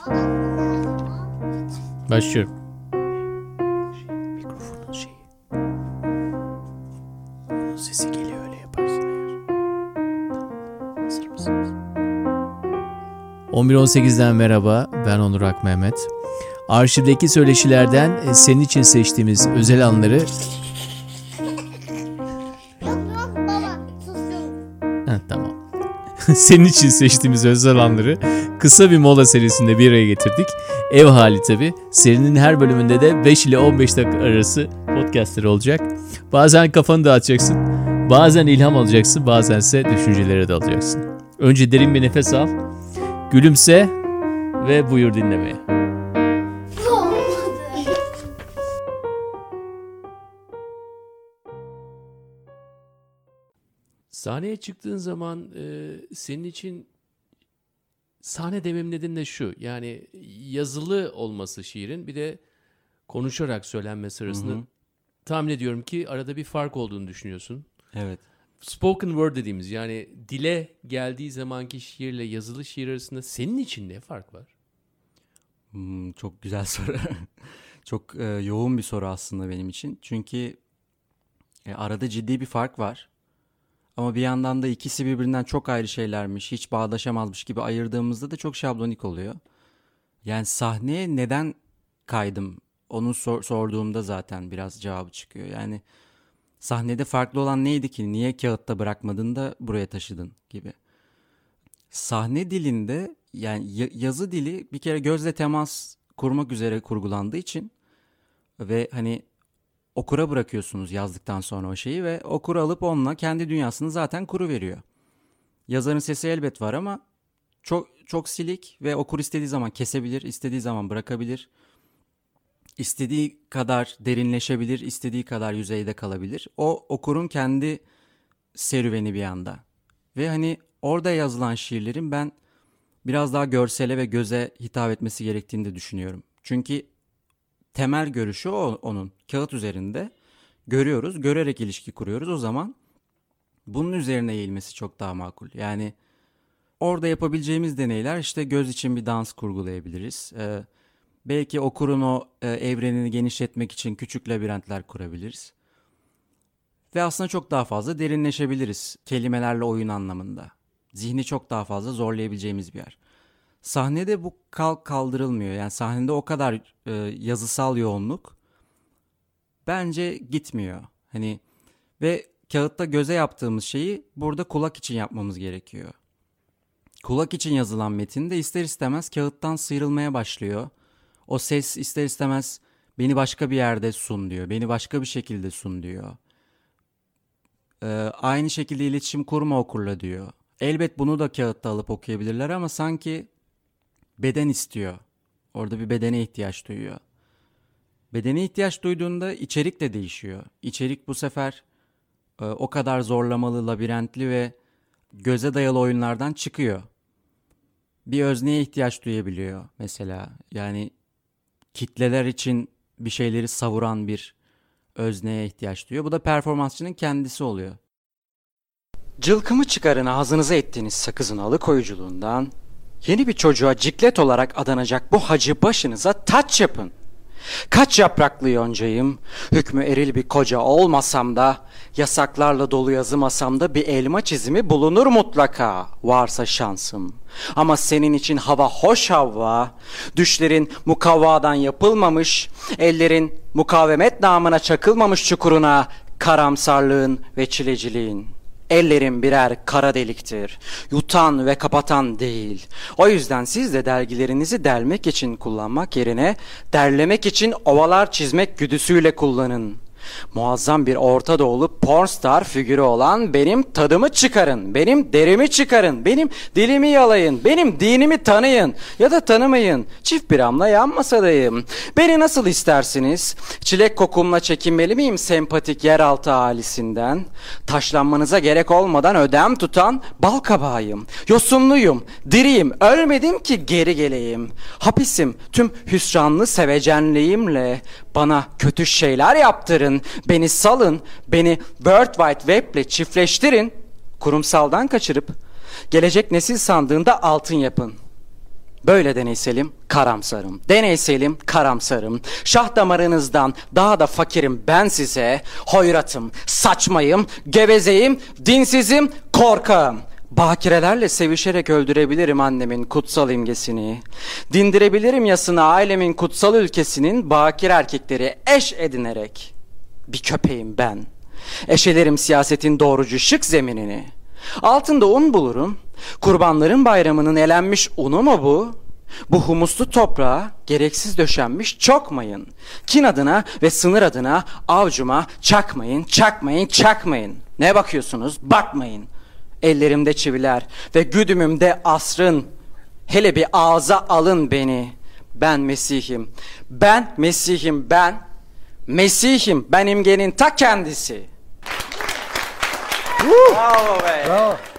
Başlıyorum. Mikrofonun şeyi. Onun sesi geliyor, öyle yaparsın eğer. Tamam. Hazır mısınız? 11.18'den merhaba. Ben Onur Akmehmet. Arşivdeki söyleşilerden senin için seçtiğimiz özel anları... Yok baba, susun. Tamam. Senin için seçtiğimiz özel anları kısa bir mola serisinde bir araya getirdik. Ev hali tabii. Serinin her bölümünde de 5 ile 15 dakika arası podcastleri olacak. Bazen kafanı dağıtacaksın, bazen ilham alacaksın, bazense düşüncelere dalacaksın. Önce derin bir nefes al, gülümse ve buyur dinlemeye. Sahneye çıktığın zaman senin için sahne demem nedeni de şu. Yani yazılı olması şiirin bir de konuşarak söylenmesi arasında tahmin ediyorum ki arada bir fark olduğunu düşünüyorsun. Evet. Spoken word dediğimiz, yani dile geldiği zamanki şiirle yazılı şiir arasında senin için ne fark var? Çok güzel soru. Çok yoğun bir soru aslında benim için. Çünkü arada ciddi bir fark var. Ama bir yandan da ikisi birbirinden çok ayrı şeylermiş, hiç bağdaşamazmış gibi ayırdığımızda da çok şablonik oluyor. Yani sahneye neden kaydım? Onu sorduğumda zaten biraz cevabı çıkıyor. Yani sahnede farklı olan neydi ki? Niye kağıtta bırakmadın da buraya taşıdın gibi. Sahne dilinde, yani yazı dili bir kere gözle temas kurmak üzere kurgulandığı için ve hani okura bırakıyorsunuz yazdıktan sonra o şeyi ve okur alıp onunla kendi dünyasını zaten kuruveriyor. Yazarın sesi elbet var ama çok çok silik ve okur istediği zaman kesebilir, istediği zaman bırakabilir. İstediği kadar derinleşebilir, istediği kadar yüzeyde kalabilir. O okurun kendi serüveni bir anda. Ve hani orada yazılan şiirlerin ben biraz daha görsele ve göze hitap etmesi gerektiğini de düşünüyorum. Çünkü temel görüşü onun. Kağıt üzerinde görüyoruz, görerek ilişki kuruyoruz. O zaman bunun üzerine eğilmesi çok daha makul. Yani orada yapabileceğimiz deneyler, işte göz için bir dans kurgulayabiliriz. Belki okurun o evrenini genişletmek için küçük labirentler kurabiliriz. Ve aslında çok daha fazla derinleşebiliriz kelimelerle oyun anlamında. Zihni çok daha fazla zorlayabileceğimiz bir yer. Sahnede bu kaldırılmıyor. Yani sahnede o kadar yazısal yoğunluk bence gitmiyor. Hani ve kağıtta göze yaptığımız şeyi burada kulak için yapmamız gerekiyor. Kulak için yazılan metin de ister istemez kağıttan sıyrılmaya başlıyor. O ses ister istemez beni başka bir yerde sun diyor. Beni başka bir şekilde sun diyor. Aynı şekilde iletişim kurma okurla diyor. Elbet bunu da kağıtta alıp okuyabilirler ama sanki beden istiyor. Orada bir bedene ihtiyaç duyuyor. Bedene ihtiyaç duyduğunda içerik de değişiyor. İçerik bu sefer o kadar zorlamalı, labirentli ve göze dayalı oyunlardan çıkıyor. Bir özneye ihtiyaç duyabiliyor mesela. Yani kitleler için bir şeyleri savuran bir özneye ihtiyaç duyuyor. Bu da performansçının kendisi oluyor. Cılkımı çıkarın ağzınıza ettiğiniz sakızın alıkoyuculuğundan, yeni bir çocuğa ciklet olarak adanacak bu hacı başınıza taç yapın. Kaç yapraklı yoncayım, hükmü eril bir koca olmasam da, yasaklarla dolu yazı masamda bir elma çizimi bulunur mutlaka, varsa şansım. Ama senin için hava hoş Havva, düşlerin mukavvadan yapılmamış, ellerin mukavemet namına çakılmamış çukuruna, karamsarlığın ve çileciliğin. Ellerim birer kara deliktir. Yutan ve kapatan değil. O yüzden siz de dergilerinizi delmek için kullanmak yerine derlemek için ovalar çizmek güdüsüyle kullanın. Muazzam bir Orta Doğulu pornstar figürü olan benim tadımı çıkarın, benim derimi çıkarın, benim dilimi yalayın, benim dinimi tanıyın ya da tanımayın. Çift bir amla yan masadayım. Beni nasıl istersiniz? Çilek kokumla çekinmeli miyim sempatik yeraltı ailesinden? Taşlanmanıza gerek olmadan ödem tutan bal kabağıyım. Yosunluyum, diriyim, ölmedim ki geri geleyim. Hapisim tüm hüsranlı sevecenliğimle. Bana kötü şeyler yaptırın, beni salın, beni World Wide Web'le çiftleştirin, kurumsaldan kaçırıp gelecek nesil sandığında altın yapın. Böyle deneyselim karamsarım. Deneyselim karamsarım. Şah damarınızdan daha da fakirim ben size. Hoyratım, saçmayım, gevezeyim, dinsizim, korkağım. Bakirelerle sevişerek öldürebilirim annemin kutsal imgesini. Dindirebilirim yasını ailemin kutsal ülkesinin bakire erkekleri eş edinerek. Bir köpeğim ben. Eşelerim siyasetin doğrucu şık zeminini. Altında un bulurum. Kurbanların bayramının elenmiş unu mu bu? Bu humuslu toprağa gereksiz döşenmiş çok mayın. Kin adına ve sınır adına avcuma çakmayın, çakmayın, çakmayın. Ne bakıyorsunuz? Bakmayın. Ellerimde çiviler ve güdümümde asrın. Hele bir ağza alın beni. Ben Mesih'im. Ben Mesih'im. Ben Mesih'im. Ben imgenin ta kendisi. Bravo be. Bravo.